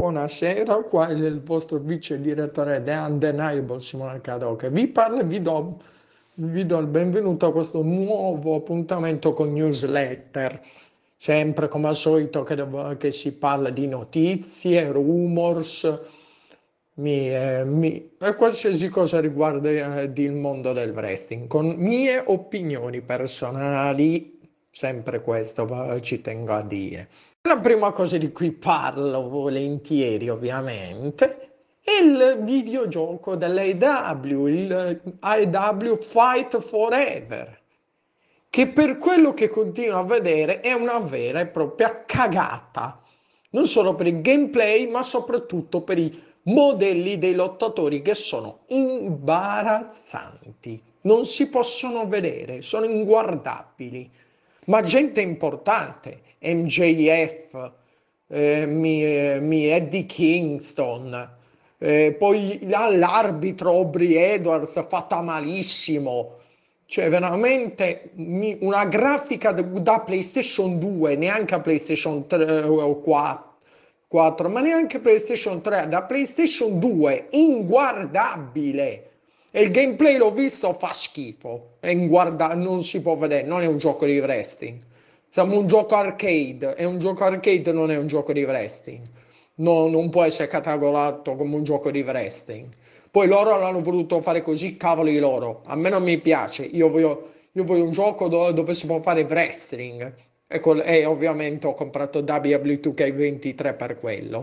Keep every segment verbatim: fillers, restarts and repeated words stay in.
buonasera, qua è il vostro vice direttore The Undeniable Simone Cadò che vi parla e vi do, vi do il benvenuto a questo nuovo appuntamento con newsletter. Sempre come al solito che, devo- che si parla di notizie, rumors, mi, eh, mi- e qualsiasi cosa riguarda eh, il mondo del wrestling, con mie opinioni personali, sempre questo va- ci tengo a dire. La prima cosa di cui parlo volentieri, ovviamente, è il videogioco dell'A E W, il A E W Fight Forever, che per quello che continuo a vedere è una vera e propria cagata. Non solo per il gameplay, ma soprattutto per i modelli dei lottatori che sono imbarazzanti. Non si possono vedere, sono inguardabili. Ma gente importante, M J F, eh, mi, eh, mi Eddie Kingston, eh, poi là l'arbitro Aubrey Edwards fatta malissimo. Cioè, veramente mi- una grafica da, da PlayStation due, neanche a PlayStation tre o quattro, ma neanche PlayStation tre, da PlayStation due, inguardabile. E il gameplay l'ho visto, fa schifo. È inguarda- non si può vedere, non è un gioco di wrestling. Siamo un gioco arcade, è un gioco arcade, non è un gioco di wrestling. No, non può essere catalogato come un gioco di wrestling. Poi loro l'hanno voluto fare così, cavoli loro. A me non mi piace. Io voglio, io voglio un gioco dove, dove si può fare wrestling. E, col- e ovviamente ho comprato W W due K ventitré per quello.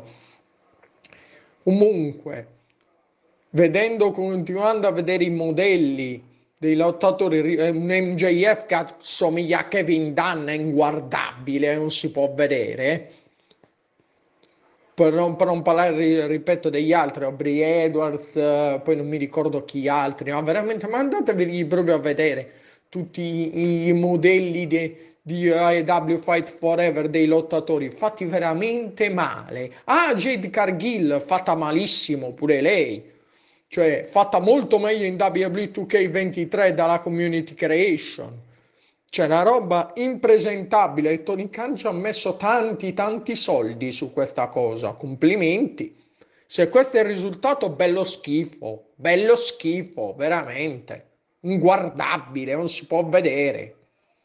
Comunque, vedendo, continuando a vedere i modelli dei lottatori, ri- eh, un M J F che assomiglia a Kevin Dunn è inguardabile, non si può vedere. Per non, per non parlare, ri- ripeto, degli altri, Aubrey Edwards, eh, poi non mi ricordo chi altri, ma veramente, ma andatevi proprio a vedere tutti i, i modelli de- di A E W Fight Forever dei lottatori, fatti veramente male. Ah, Jade Cargill, fatta malissimo pure lei, cioè fatta molto meglio in W W due K ventitré dalla Community Creation. C'è una roba impresentabile e Tony Khan ci ha messo tanti tanti soldi su questa cosa. Complimenti. Se questo è il risultato, bello schifo, bello schifo, veramente. Inguardabile, non si può vedere.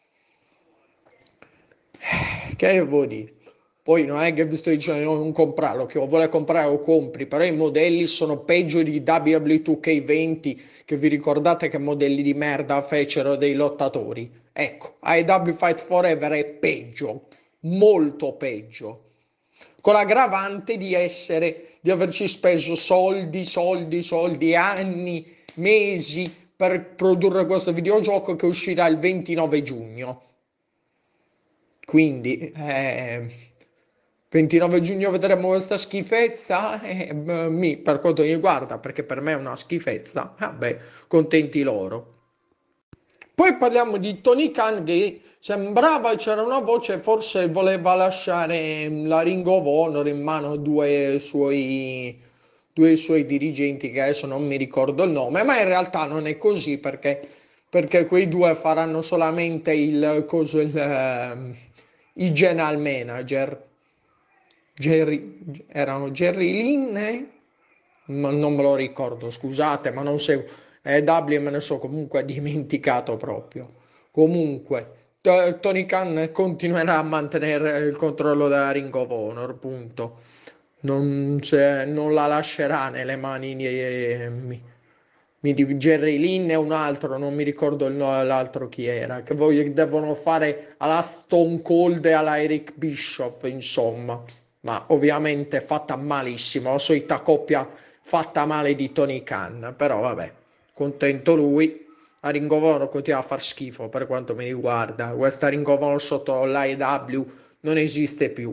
Che devo dire? Poi non è che vi sto dicendo di non comprarlo, che vuole comprare lo compri, però i modelli sono peggio di W W due K venti, che vi ricordate che modelli di merda fecero dei lottatori? Ecco, A E W Fight Forever è peggio, molto peggio, con l'aggravante di essere, di averci speso soldi, soldi, soldi, anni, mesi per produrre questo videogioco che uscirà il ventinove giugno. Quindi, eh, ventinove giugno vedremo questa schifezza. E, beh, mi, per quanto mi riguarda, perché per me è una schifezza, vabbè, contenti loro. Poi parliamo di Tony Khan che sembrava c'era una voce, forse voleva lasciare la Ring of Honor in mano a due suoi, due suoi dirigenti, che adesso non mi ricordo il nome, ma in realtà non è così perché, perché quei due faranno solamente il, coso, il, ehm, i general manager. Jerry, erano Jerry Lynn, eh? Ma non me lo ricordo, scusate, ma non seguo. Eh, W me ne so comunque dimenticato proprio. Comunque, T- Tony Khan continuerà a mantenere il controllo della Ring of Honor, punto. Non, se- non la lascerà nelle mani di, eh, mi, mi dico Jerry Lynn e un altro, non mi ricordo il no- l'altro chi era, che voglio- devono fare alla Stone Cold e alla Eric Bischoff, insomma. Ma ovviamente fatta malissimo, la solita coppia fatta male di Tony Khan, però vabbè, contento lui. La Ring of Honor continua a far schifo per quanto mi riguarda. Questa Ring of Honor sotto l'A E W non esiste più.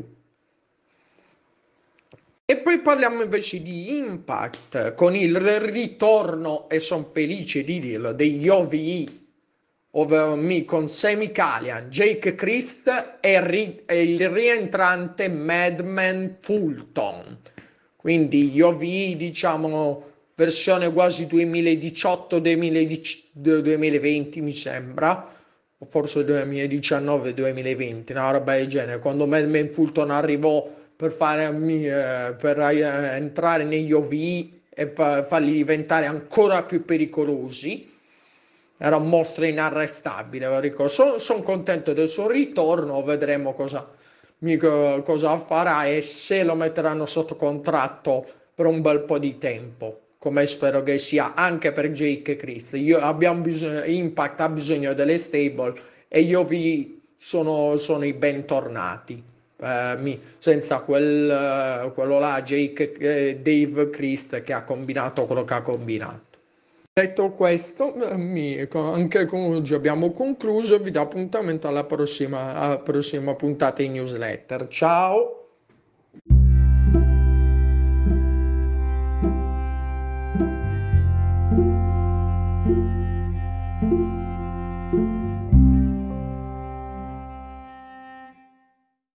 E poi parliamo invece di Impact con il ritorno, e sono felice di dirlo, degli O V E, ovvero me con Sami Callihan, Jake Christ e, ri- e il rientrante Madman Fulton. Quindi gli O V E, diciamo, versione quasi duemiladiciotto duemilaventi mi sembra, o forse duemiladiciannove duemilaventi, una roba del genere. Quando Madman Fulton arrivò per, farmi, eh, per eh, entrare negli O V I e fa- farli diventare ancora più pericolosi. Era un mostro inarrestabile. Sono contento del suo ritorno, vedremo cosa, mi- cosa farà e se lo metteranno sotto contratto per un bel po' di tempo, come spero che sia anche per Jake Christ. Io, abbiamo bisogno, Impact ha bisogno delle stable e io vi sono, sono i bentornati. Eh, mi- senza quel, eh, quello là, Jake, eh, Dave Christ, che ha combinato quello che ha combinato. Detto questo, eh, mi- co- anche con oggi abbiamo concluso. Vi do appuntamento alla prossima, alla prossima puntata in newsletter. Ciao!